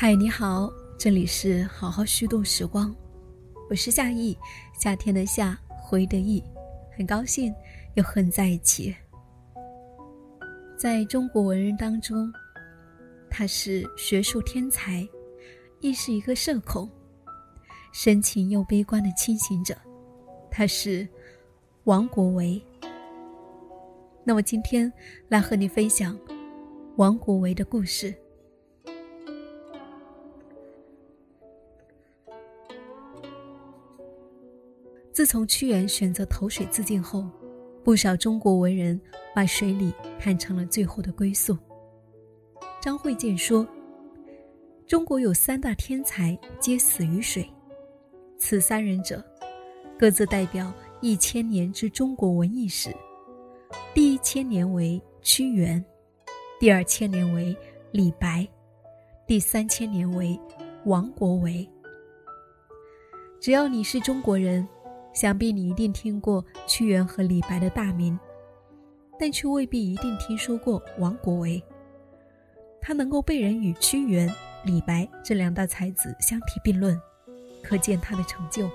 嗨，你好，这里是好好虚度时光，我是夏意，夏天的夏，回的意，很高兴又和你在一起。在中国文人当中，他是学术天才，亦是一个社恐，深情又悲观的清醒者，他是王国维。那么今天来和你分享王国维的故事。自从屈原选择投水自尽后，不少中国文人把水里看成了最后的归宿。张惠建说，中国有三大天才皆死于水，此三人者各自代表1000年之中国文艺史，第1000年为屈原，第2000年为李白，第3000年为王国维。只要你是中国人，想必你一定听过屈原和李白的大名，但却未必一定听说过王国维。他能够被人与屈原、李白这两大才子相提并论，可见他的成就。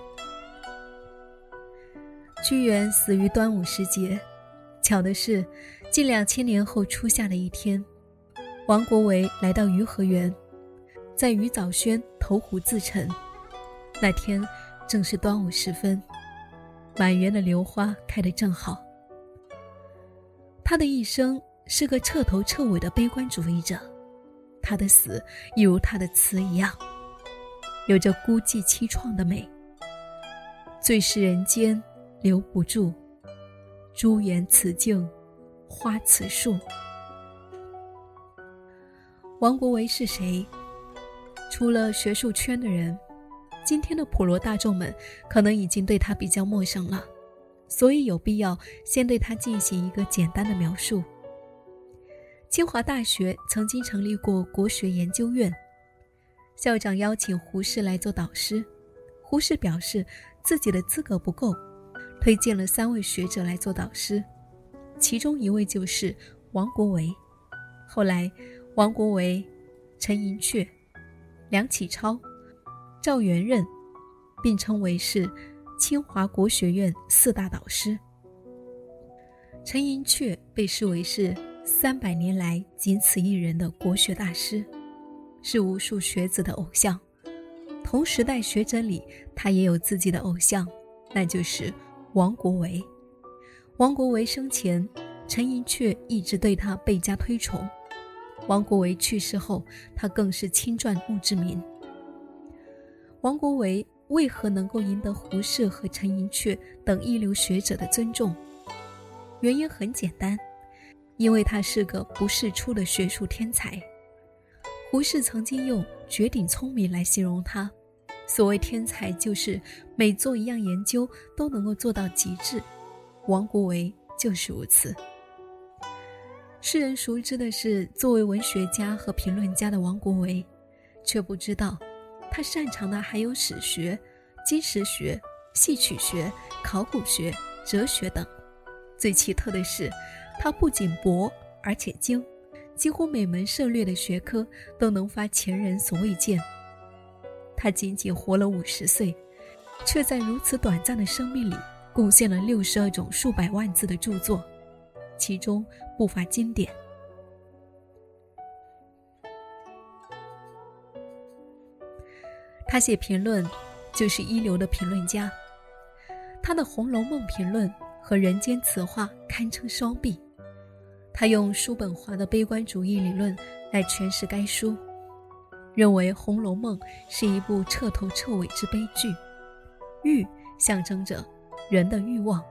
屈原死于端午时节，巧的是，近2000年后初夏的一天，王国维来到颐和园，在鱼藻轩投湖自沉。那天正是端午时分，满园的榴花开得正好。他的一生是个彻头彻尾的悲观主义者，他的死一如他的词一样，有着孤寂凄怆的美。最是人间留不住，朱颜此境花此树。王国维是谁？除了学术圈的人，今天的普罗大众们可能已经对他比较陌生了，所以有必要先对他进行一个简单的描述。清华大学曾经成立过国学研究院，校长邀请胡适来做导师，胡适表示自己的资格不够，推荐了3位学者来做导师，其中一位就是王国维。后来王国维、陈寅恪、梁启超、赵元任并称为是清华国学院4大导师。陈寅恪被视为是300年来仅此一人的国学大师，是无数学子的偶像。同时代学者里，他也有自己的偶像，那就是王国维。王国维生前，陈寅恪一直对他倍加推崇，王国维去世后，他更是亲传墓志铭。王国维为何能够赢得胡适和陈寅恪等一流学者的尊重？原因很简单，因为他是个不世出的学术天才。胡适曾经用绝顶聪明来形容他，所谓天才就是每做一样研究都能够做到极致，王国维就是如此。世人熟知的是作为文学家和评论家的王国维，却不知道他擅长的还有史学、金石学、戏曲学、考古学、哲学等。最奇特的是，他不仅博而且精，几乎每门涉猎的学科都能发前人所未见。他仅仅活了50岁，却在如此短暂的生命里贡献了62种数百万字的著作，其中不乏经典。他写评论就是一流的评论家，他的《红楼梦》评论和《人间词话》堪称双璧。他用叔本华的悲观主义理论来诠释该书，认为《红楼梦》是一部彻头彻尾之悲剧，欲象征着人的欲望。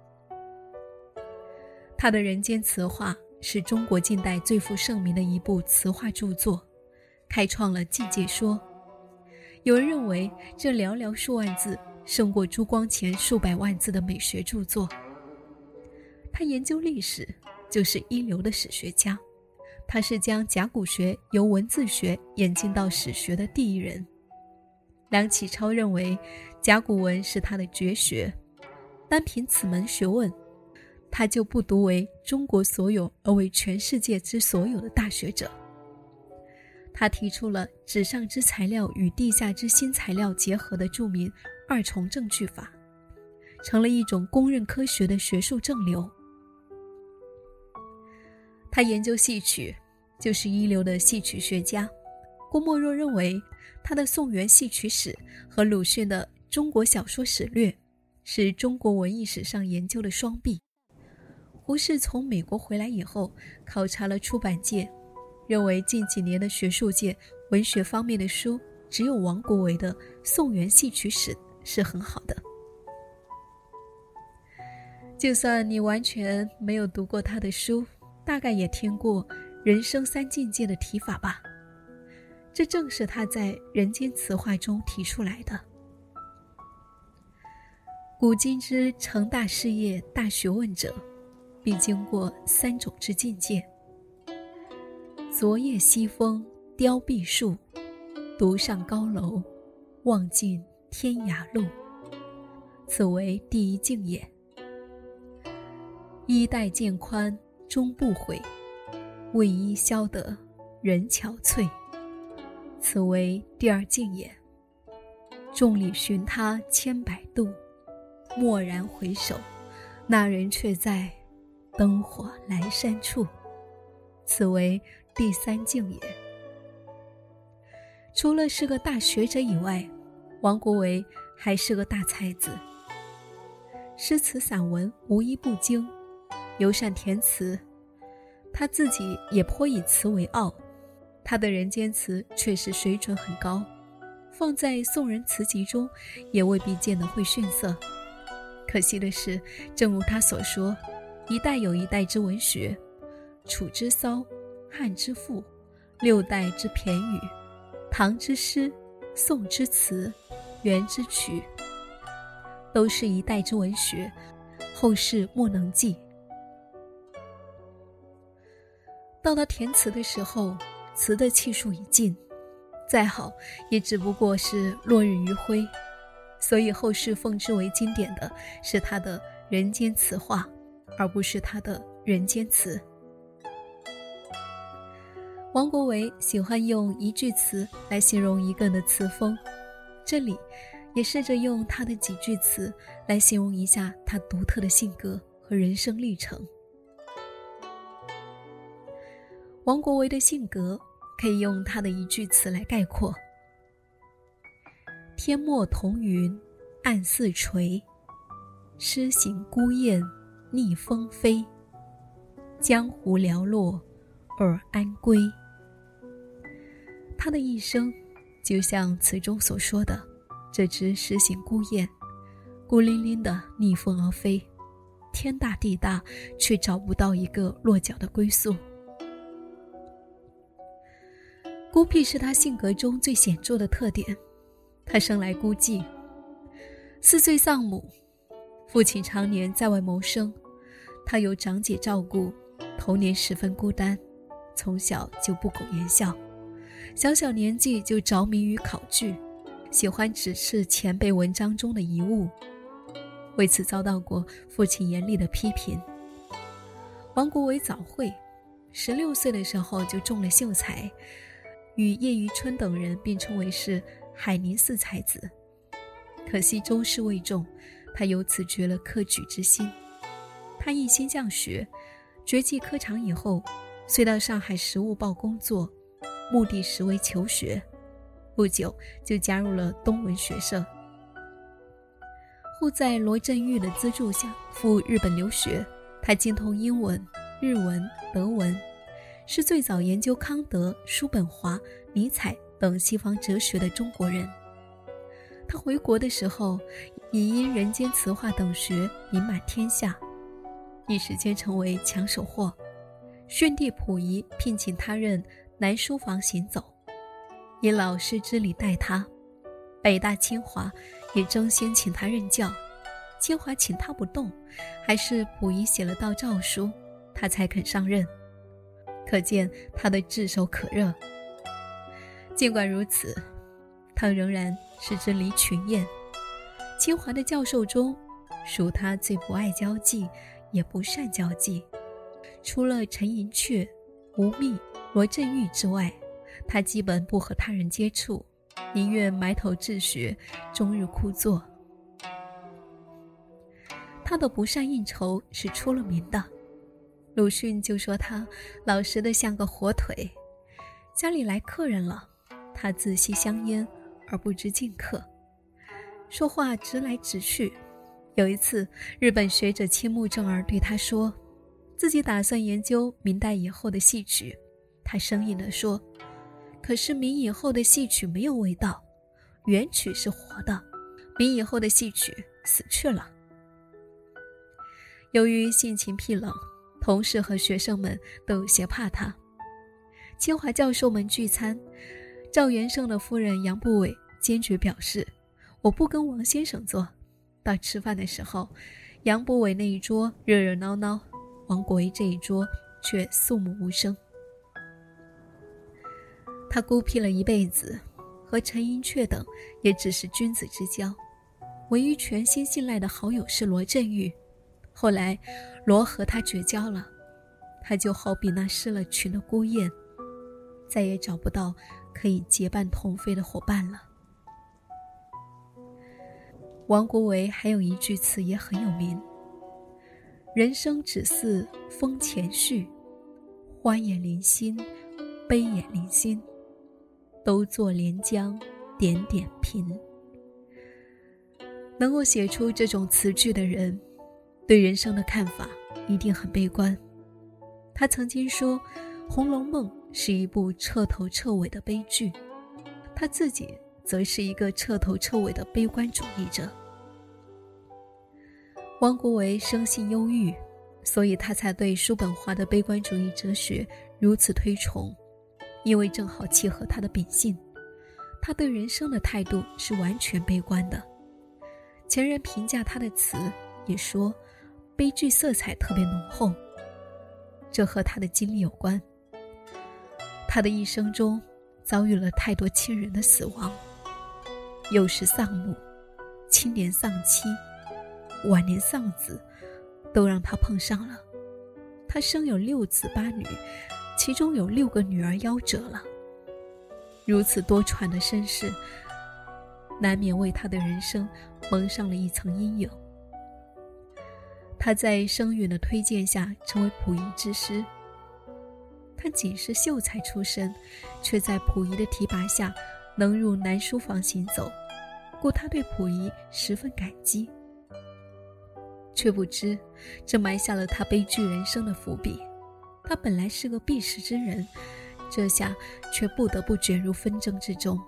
他的《人间词话》是中国近代最负盛名的一部词话著作，开创了境界说。有人认为这寥寥数万字胜过朱光潜数百万字的美学著作。他研究历史，就是一流的史学家，他是将甲骨学由文字学演进到史学的第一人。梁启超认为甲骨文是他的绝学，单凭此门学问，他就不独为中国所有，而为全世界之所有的大学者。 他提出了纸上之材料与地下之新材料结合的著名二重证据法，成了一种公认科学的学术正流。他研究戏曲，就是一流的戏曲学家。郭沫若认为他的宋元戏曲史和鲁迅的中国小说史略是中国文艺史上研究的双璧。胡适从美国回来以后，考察了出版界，认为近几年的学术界文学方面的书，只有王国维的《宋元戏曲史》是很好的。就算你完全没有读过他的书，大概也听过人生三境界的提法吧。这正是他在《人间词话》中提出来的。古今之成大事业、大学问者，必经过三种之境界：昨夜西风凋碧树，独上高楼，望尽天涯路，此为第一境也。衣带渐宽终不悔，为伊消得人憔悴，此为第二境也。众里寻他千百度，蓦然回首，那人却在灯火阑珊处，此为第三境也。除了是个大学者以外，王国维还是个大才子，诗词散文无一不精，尤善填词，他自己也颇以词为傲。他的人间词确实水准很高，放在宋人词集中也未必见得会逊色。可惜的是，正如他所说，一代有一代之文学，楚之骚，汉之赋，六代之骈语，唐之诗，宋之词，元之曲，都是一代之文学，后世莫能继。到他填词的时候，词的气数已尽，再好也只不过是落日余晖，所以后世奉之为经典的是他的《人间词话》，而不是他的《人间词》。王国维喜欢用一句词来形容一个人的词风，这里也试着用他的几句词来形容一下他独特的性格和人生历程。王国维的性格可以用他的一句词来概括：天漠同云，暗似垂，诗行孤雁，逆风飞，江湖寥落，尔安归。他的一生就像词中所说的这只诗行孤雁，孤零零地逆风而飞，天大地大，却找不到一个落脚的归宿。孤僻是他性格中最显著的特点。他生来孤寂，4岁丧母，父亲常年在外谋生，他由长姐照顾，童年十分孤单，从小就不苟言笑，小年纪就着迷于考据，喜欢指斥前辈文章中的遗误，为此遭到过父亲严厉的批评。王国维早慧，16岁的时候就中了秀才，与叶于春等人并称为是海宁四才子。可惜中试未中，他由此绝了科举之心。他一心向学，绝迹科场以后，遂到上海时务报工作，目的实为求学。不久就加入了东文学社，后在罗振玉的资助下赴日本留学。他精通英文、日文、德文，是最早研究康德、叔本华、尼采等西方哲学的中国人。他回国的时候，已因《人间词话》等学名满天下，一时间成为抢手货。宣帝溥仪聘请他任南书房行走，以老师之礼待他。北大清华也争先请他任教，清华请他不动，还是溥仪写了道诏书，他才肯上任。可见他的炙手可热。尽管如此，他仍然是只离群雁。清华的教授中，属他最不爱交际，也不善交际。除了陈寅恪、吴宓、罗振玉之外， 他基本不和他人接触，宁愿埋头治学，终日枯坐。他的不善应酬是出了名的，鲁迅就说他老实得像个火腿，家里来客人了，他自吸香烟而不知敬客，说话直来直去。有一次，日本学者青木正儿对他说，自己打算研究明代以后的戏曲。他生硬地说，可是明以后的戏曲没有味道，原曲是活的，明以后的戏曲死去了。由于性情僻冷，同事和学生们都有些怕他。清华教授们聚餐，赵元胜的夫人杨步伟坚决表示，我不跟王先生坐。到吃饭的时候，杨步伟那一桌热热闹闹，王国维这一桌却肃穆无声。他孤僻了一辈子，和陈寅恪等也只是君子之交，唯一全心信赖的好友是罗振玉。后来罗和他绝交了，他就好比那失了群的孤雁，再也找不到可以结伴同飞的伙伴了。王国维还有一句词也很有名，人生只似风前絮，欢也临心，悲也临心，都作连江点点平。能够写出这种词句的人，对人生的看法一定很悲观。他曾经说，《红楼梦》是一部彻头彻尾的悲剧，他自己则是一个彻头彻尾的悲观主义者。王国维生性忧郁，所以他才对叔本华的悲观主义哲学如此推崇，因为正好契合他的秉性。他对人生的态度是完全悲观的。前人评价他的词也说，悲剧色彩特别浓厚，这和他的经历有关。他的一生中遭遇了太多亲人的死亡，幼时丧母，青年丧妻，晚年丧子，都让他碰上了。他生有6子8女，其中有6个女儿夭折了。如此多舛的身世，难免为他的人生蒙上了一层阴影。他在声允的推荐下成为溥仪之师。他仅是秀才出身，却在溥仪的提拔下能入南书房行走，故他对溥仪十分感激。却不知这埋下了他悲剧人生的伏笔。他本来是个避世之人，这下却不得不卷入纷争之中。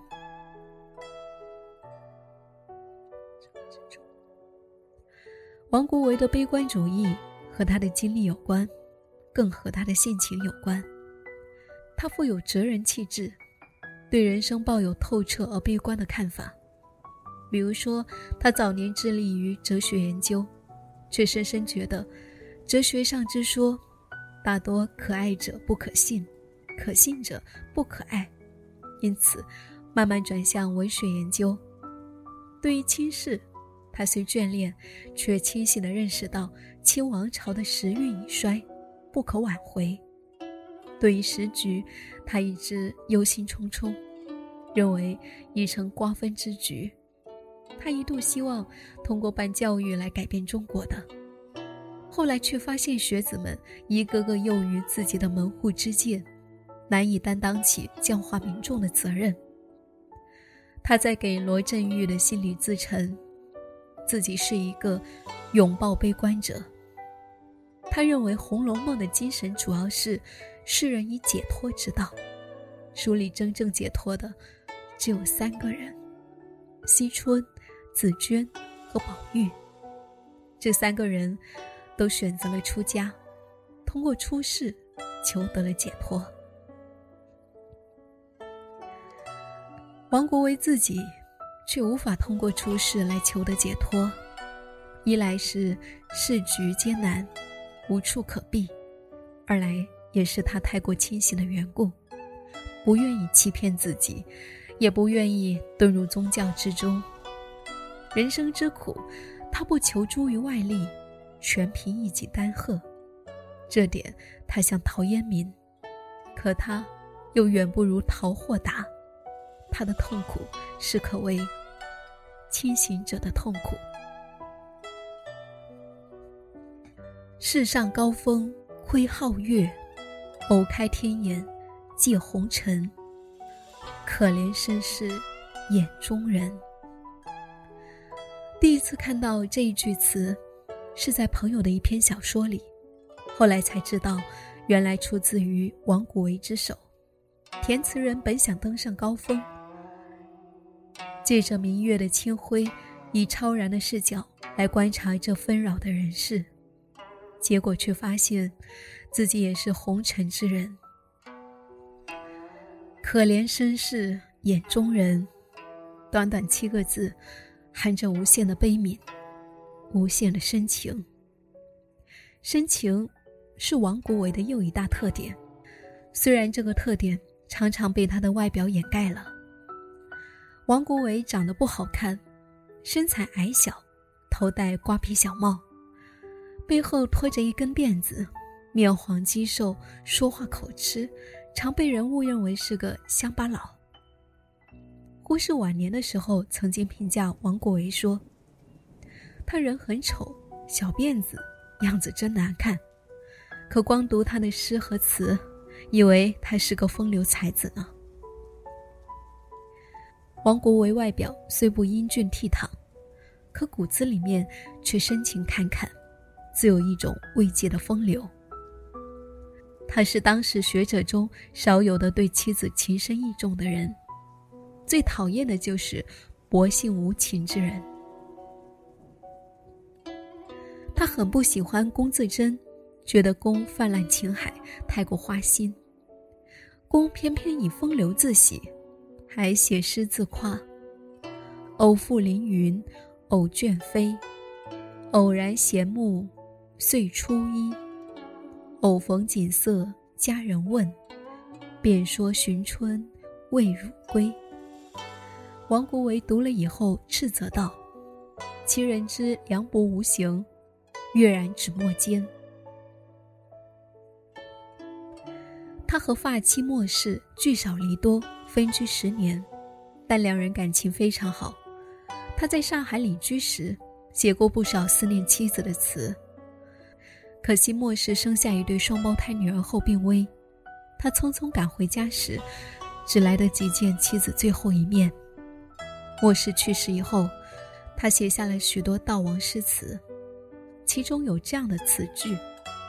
王国维的悲观主义和他的经历有关，更和他的性情有关。他富有哲人气质，对人生抱有透彻而悲观的看法。比如说，他早年致力于哲学研究，却深深觉得哲学上之说大多可爱者不可信，可信者不可爱，因此慢慢转向文学研究。对于清室，他虽眷恋，却清醒地认识到清王朝的时运已衰，不可挽回。对于时局，他一直忧心忡忡，认为已成瓜分之局。他一度希望通过办教育来改变中国的，后来却发现学子们一个个囿于自己的门户之见，难以担当起教化民众的责任。他在给罗振玉的信里自称自己是一个拥抱悲观者。他认为《红楼梦》的精神主要是世人以解脱之道，书里真正解脱的只有3个人：惜春、紫娟和宝玉。这3个人都选择了出家，通过出世求得了解脱。王国维自己却无法通过出世来求得解脱，一来是世局艰难，无处可避；二来也是他太过清醒的缘故，不愿意欺骗自己，也不愿意遁入宗教之中。人生之苦，他不求诸于外力，全凭一己丹鹤。这点他像陶渊明，可他又远不如逃或打。他的痛苦是可谓清醒者的痛苦。世上高峰窥皓月，偶开天眼借红尘，可怜身世眼中人。第一次看到这一句词是在朋友的一篇小说里，后来才知道原来出自于王谷维之手。填词人本想登上高峰，借着明月的清辉，以超然的视角来观察这纷扰的人世，结果却发现自己也是红尘之人。可怜身世眼中人，短短7个字，含着无限的悲悯，无限的深情。深情是王谷维的又一大特点，虽然这个特点常常被他的外表掩盖了。王谷维长得不好看，身材矮小，头戴瓜皮小帽，背后拖着一根辫子，面黄肌瘦，说话口吃，常被人误认为是个乡巴佬。胡适晚年的时候曾经评价王谷维说，他人很丑，小辫子，样子真难看，可光读他的诗和词，以为他是个风流才子呢。王谷维外表虽不英俊倜傥，可骨子里面却深情侃侃，自有一种慰藉的风流。他是当时学者中少有的对妻子情深意重的人，最讨厌的就是薄幸无情之人。他很不喜欢龚自珍，觉得龚泛滥情海，太过花心。龚偏偏以风流自喜，还写诗自夸：偶负凌云，偶倦飞，偶然闲木，岁初一。偶逢锦瑟，佳人问，便说寻春，未汝归。王谷维读了以后斥责道：其人之凉薄无形，跃然纸墨间。他和发妻莫氏聚少离多，分居10年，但两人感情非常好。他在上海里居时写过不少思念妻子的词，可惜莫氏生下一对双胞胎女儿后病危，他匆匆赶回家时只来得及见妻子最后一面。莫氏去世以后，他写下了许多悼亡诗词，其中有这样的词句：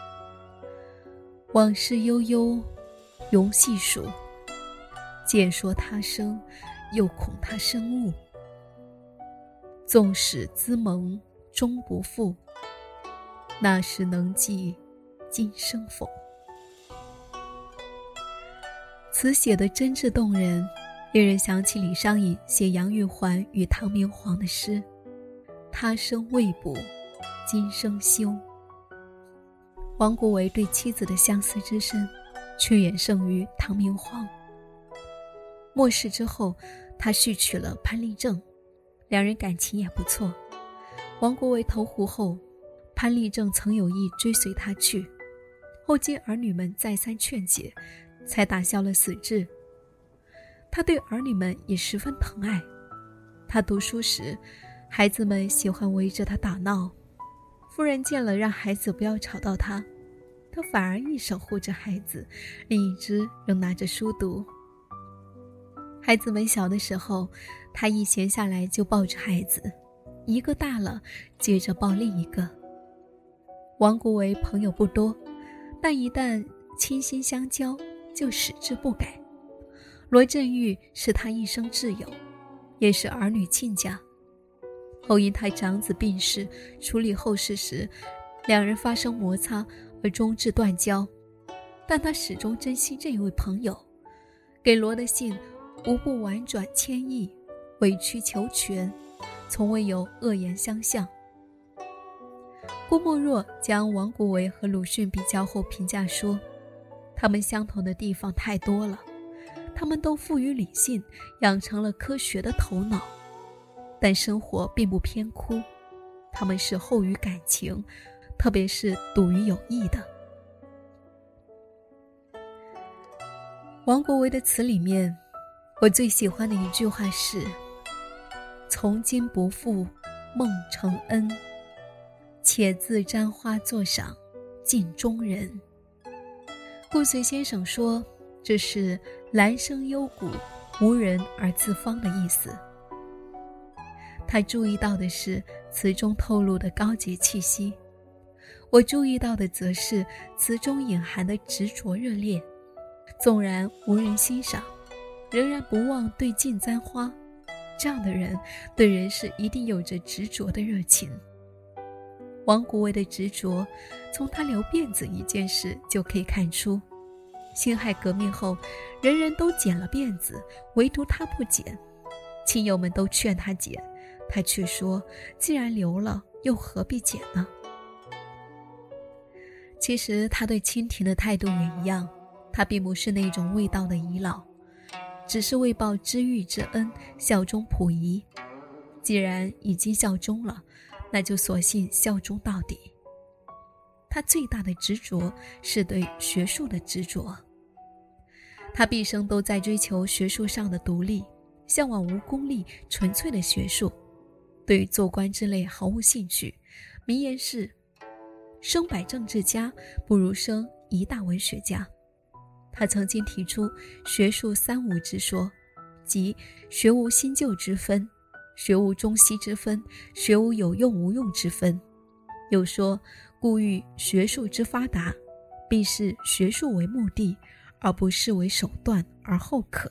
往事悠悠，犹细数，见说他生，又恐他生误。纵使滋蒙终不负，那时能记今生否？词写得真挚动人，令人想起李商隐写杨玉环与唐明皇的诗：他生未卜，今生休。王谷维对妻子的相思之深，却远胜于唐明皇。末世之后，他续娶了潘丽正，两人感情也不错。王谷维投湖后，潘丽正曾有意追随他去，后经儿女们再三劝解，才打消了死志。他对儿女们也十分疼爱。他读书时，孩子们喜欢围着他打闹，夫人见了让孩子不要吵到他，他反而一手护着孩子，另一只仍拿着书读。孩子们小的时候，他一闲下来就抱着孩子，一个大了接着抱另一个。王谷维朋友不多，但一旦倾心相交，就矢志不改。罗振玉是他一生挚友，也是儿女亲家。后因他长子病逝，处理后事时，两人发生摩擦而终至断交。但他始终珍惜这一位朋友，给罗的信无不婉转谦抑，委曲求全，从未有恶言相向。郭沫若将王谷维和鲁迅比较后评价说，他们相同的地方太多了，他们都富于理性，养成了科学的头脑，但生活并不偏枯，他们是厚于感情，特别是笃于友谊的。 王国维的词里面，我最喜欢的一句话是：从今不负梦承恩，且自沾花作赏尽中人。顾随先生说，这是兰生幽谷，无人而自芳的意思。他注意到的是词中透露的高洁气息，我注意到的则是词中隐含的执着热烈。纵然无人欣赏，仍然不忘对镜簪花，这样的人对人世一定有着执着的热情。王国维的执着，从他留辫子一件事就可以看出。辛亥革命后，人人都剪了辫子，唯独他不剪。亲友们都劝他剪，他却说既然留了，又何必剪呢？其实他对清廷的态度也一样，他并不是那种未到的遗老，只是为报知遇之恩，效忠溥仪。既然已经效忠了，那就索性效忠到底。他最大的执着是对学术的执着，他毕生都在追求学术上的独立，向往无功利纯粹的学术，对于做官之类毫无兴趣。名言是：生百政治家，不如生一大文学家。他曾经提出学术三无之说，即学无新旧之分，学无中西之分，学无有用无用之分。又说，故欲学术之发达，必视学术为目的，而不视为手段而后可。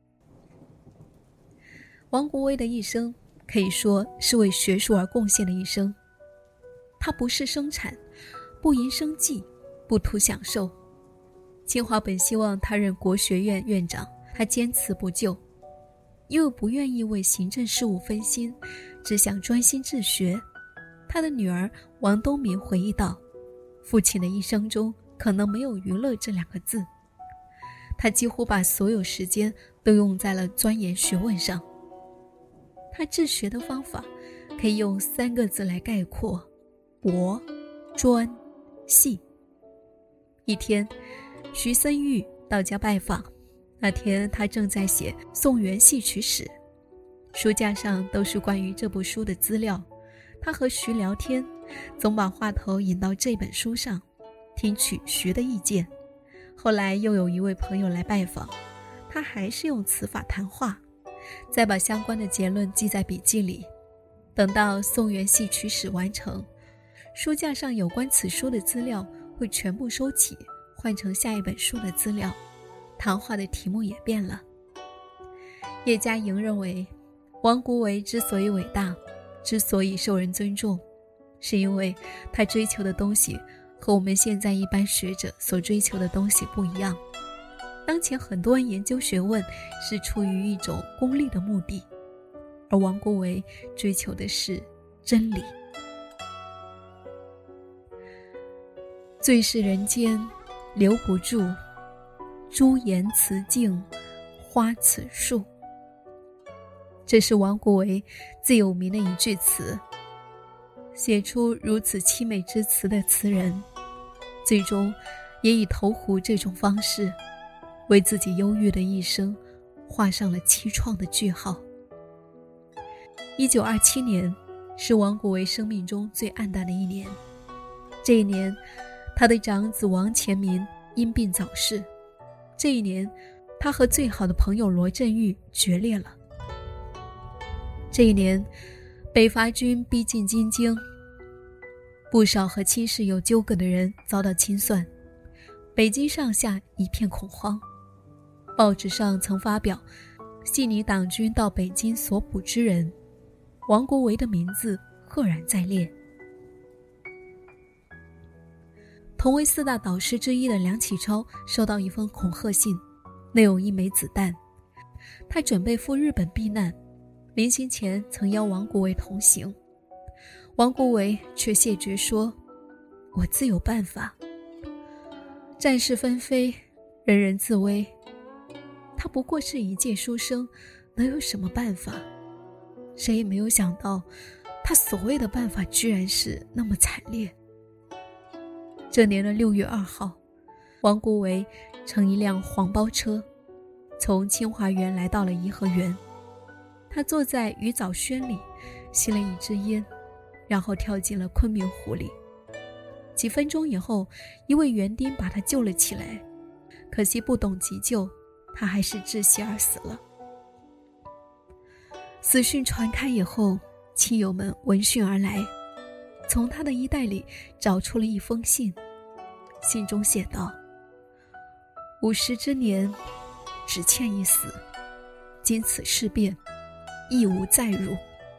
王国维的一生可以说是为学术而贡献的一生。他不是生产，不营生计，不图享受。清华本希望他任国学院院长，他坚持不就，又不愿意为行政事务分心，只想专心治学。他的女儿王东明回忆道，父亲的一生中可能没有娱乐这2个字，他几乎把所有时间都用在了钻研学问上。他治学的方法可以用3个字来概括：博、专、细。一天，徐森玉到家拜访，那天他正在写《宋元戏曲史》，书架上都是关于这部书的资料。他和徐聊天，总把话头引到这本书上，听取徐的意见。后来又有一位朋友来拜访，他还是用词法谈话，再把相关的结论记在笔记里。等到《宋元戏曲史》完成，书架上有关此书的资料会全部收起，换成下一本书的资料，谈话的题目也变了。叶嘉莹认为，王国维之所以伟大，之所以受人尊重，是因为他追求的东西和我们现在一般学者所追求的东西不一样。当前很多人研究学问是出于一种功利的目的，而王国维追求的是真理。最是人间留不住，朱颜辞镜，花此树。这是王国维最有名的一句词。写出如此凄美之词的词人，最终也以投壶这种方式，为自己忧郁的一生画上了凄怆的句号。1927年是王国维生命中最暗淡的一年。这一年，他的长子王乾民因病早逝。这一年，他和最好的朋友罗振玉决裂了。这一年，北伐军逼近京津，不少和亲事有纠葛的人遭到清算，北京上下一片恐慌。报纸上曾发表系拟党军到北京所捕之人，王国维的名字赫然在列。同为4大导师之一的梁启超收到一封恐吓信，内有1枚子弹，他准备赴日本避难，临行前曾邀王国维同行。王国维却谢绝说，我自有办法。战事纷飞，人人自危，他不过是一介书生，能有什么办法？谁也没有想到，他所谓的办法居然是那么惨烈。这年的6月2号，王国维乘一辆黄包车从清华园来到了颐和园。他坐在鱼藻轩里，吸了一支烟，然后跳进了昆明湖里。几分钟以后，一位园丁把他救了起来，可惜不懂急救，他还是窒息而死了。死讯传开以后，亲友们闻讯而来，从他的衣袋里找出了一封信，信中写道：50之年，只欠一死，经此事变，亦无再辱。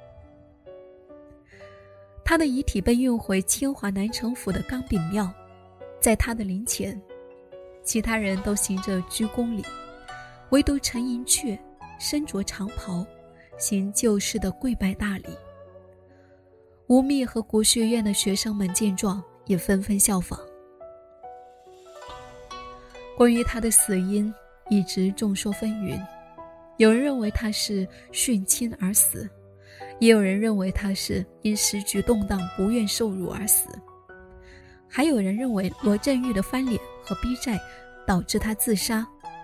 他的遗体被运回清华南城府的钢饼庙，在他的灵前，其他人都行着鞠躬礼，唯独陈寅恪身着长袍，行旧式的跪拜大礼。吴宓和国学院的学生们见状，也纷纷效仿。关于他的死因，一直众说纷纭，有人认为他是殉亲而死，也有人认为他是因时局动荡不愿受辱而死，还有人认为罗振玉的翻脸和逼债导致他自杀。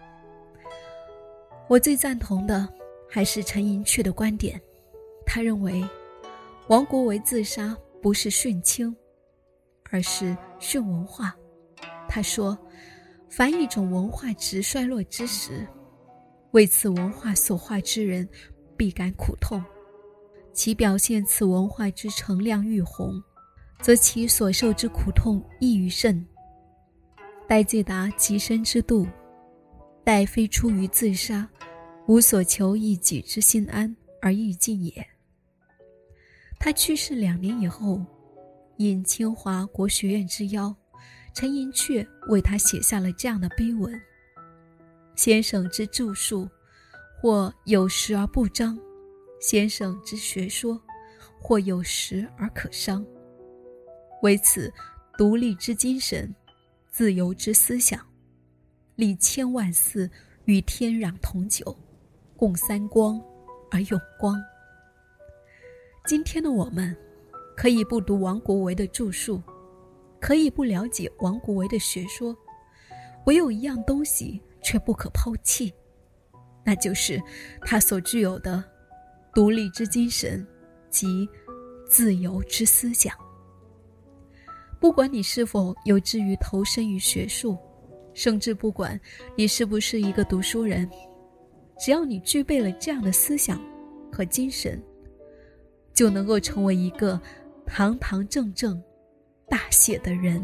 我最赞同的还是陈寅恪的观点，他认为王国维自杀不是殉清，而是殉文化。他说，凡一种文化直衰落之时，为此文化所化之人必感苦痛，其表现此文化之成亮愈红，则其所受之苦痛亦愈甚。待既达极深之度，待非出于自杀，无所求一己之心安而易尽也。他去世2年以后，应清华国学院之邀，陈寅恪为他写下了这样的碑文：先生之著述，或有实而不彰；先生之学说，或有实而可商。为此独立之精神，自由之思想，历千万寺，与天壤同久，共三光而永光。今天的我们可以不读王国维的著述，可以不了解王国维的学说，唯有一样东西却不可抛弃，那就是他所具有的独立之精神及自由之思想。不管你是否有志于投身于学术，甚至不管你是不是一个读书人，只要你具备了这样的思想和精神，就能够成为一个堂堂正正大写的人。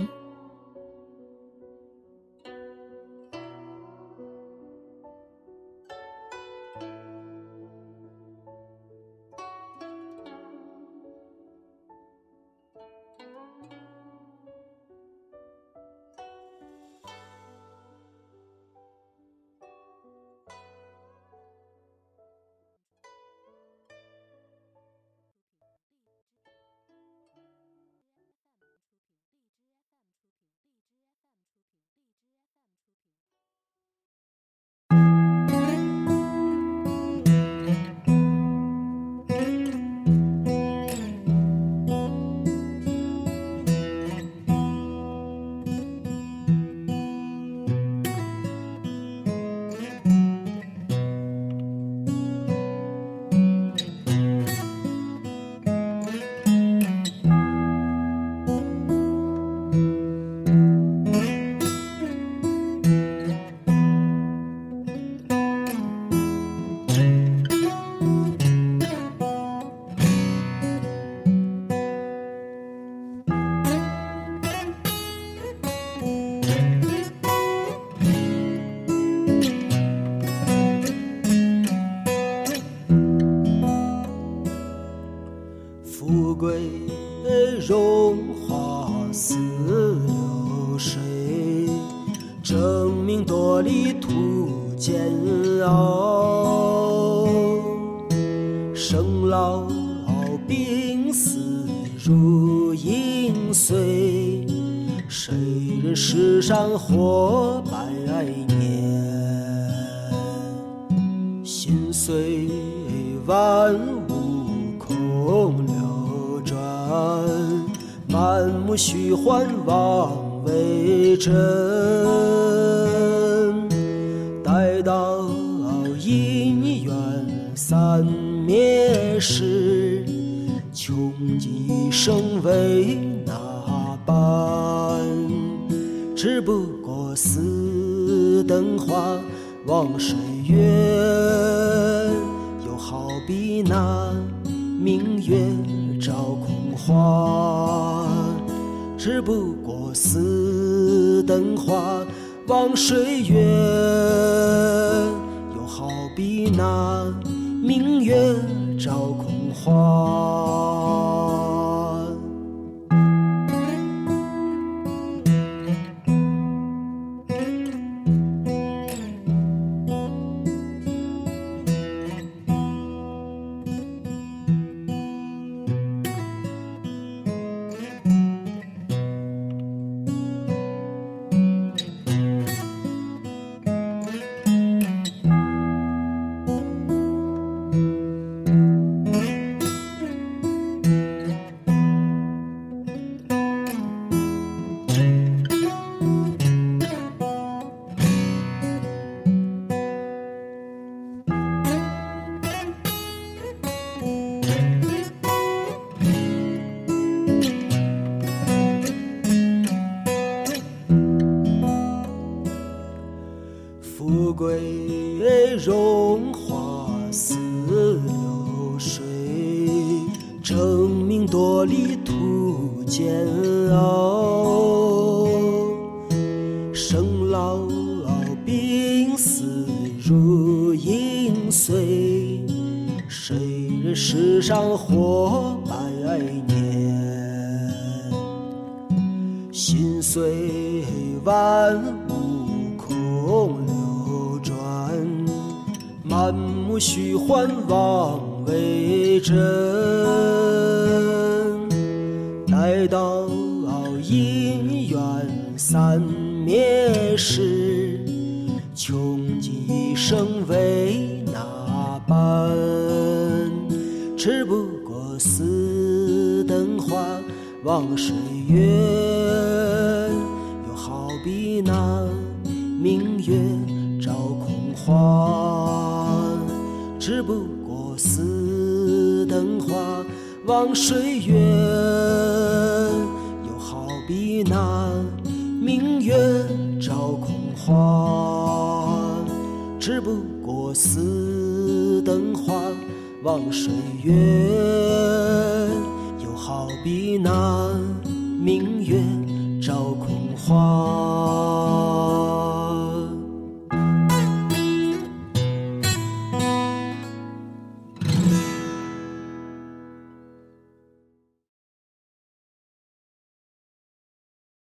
富贵荣华似流水，争名夺利图煎熬。生老病死如影随，谁人世上活百年？心随万物空流转，满目虚幻妄为真。待到散灭时，穷尽一生为哪般？只不过似灯花往水远，又好比那明月照空花。只不过似灯花往水远，又好比那明月照空花。富贵荣华似流水，争名夺利图煎熬。生老病死如影随，谁人世上活百年？心随万物空流转，满目虚幻妄为真。待到因缘散灭时，穷尽一生为哪般？只不过似灯花往水远，又好比那明月照空花。只不过似灯花往水远，又好比那明月照空花。只不过似灯花往水远，又好比那明月照空花。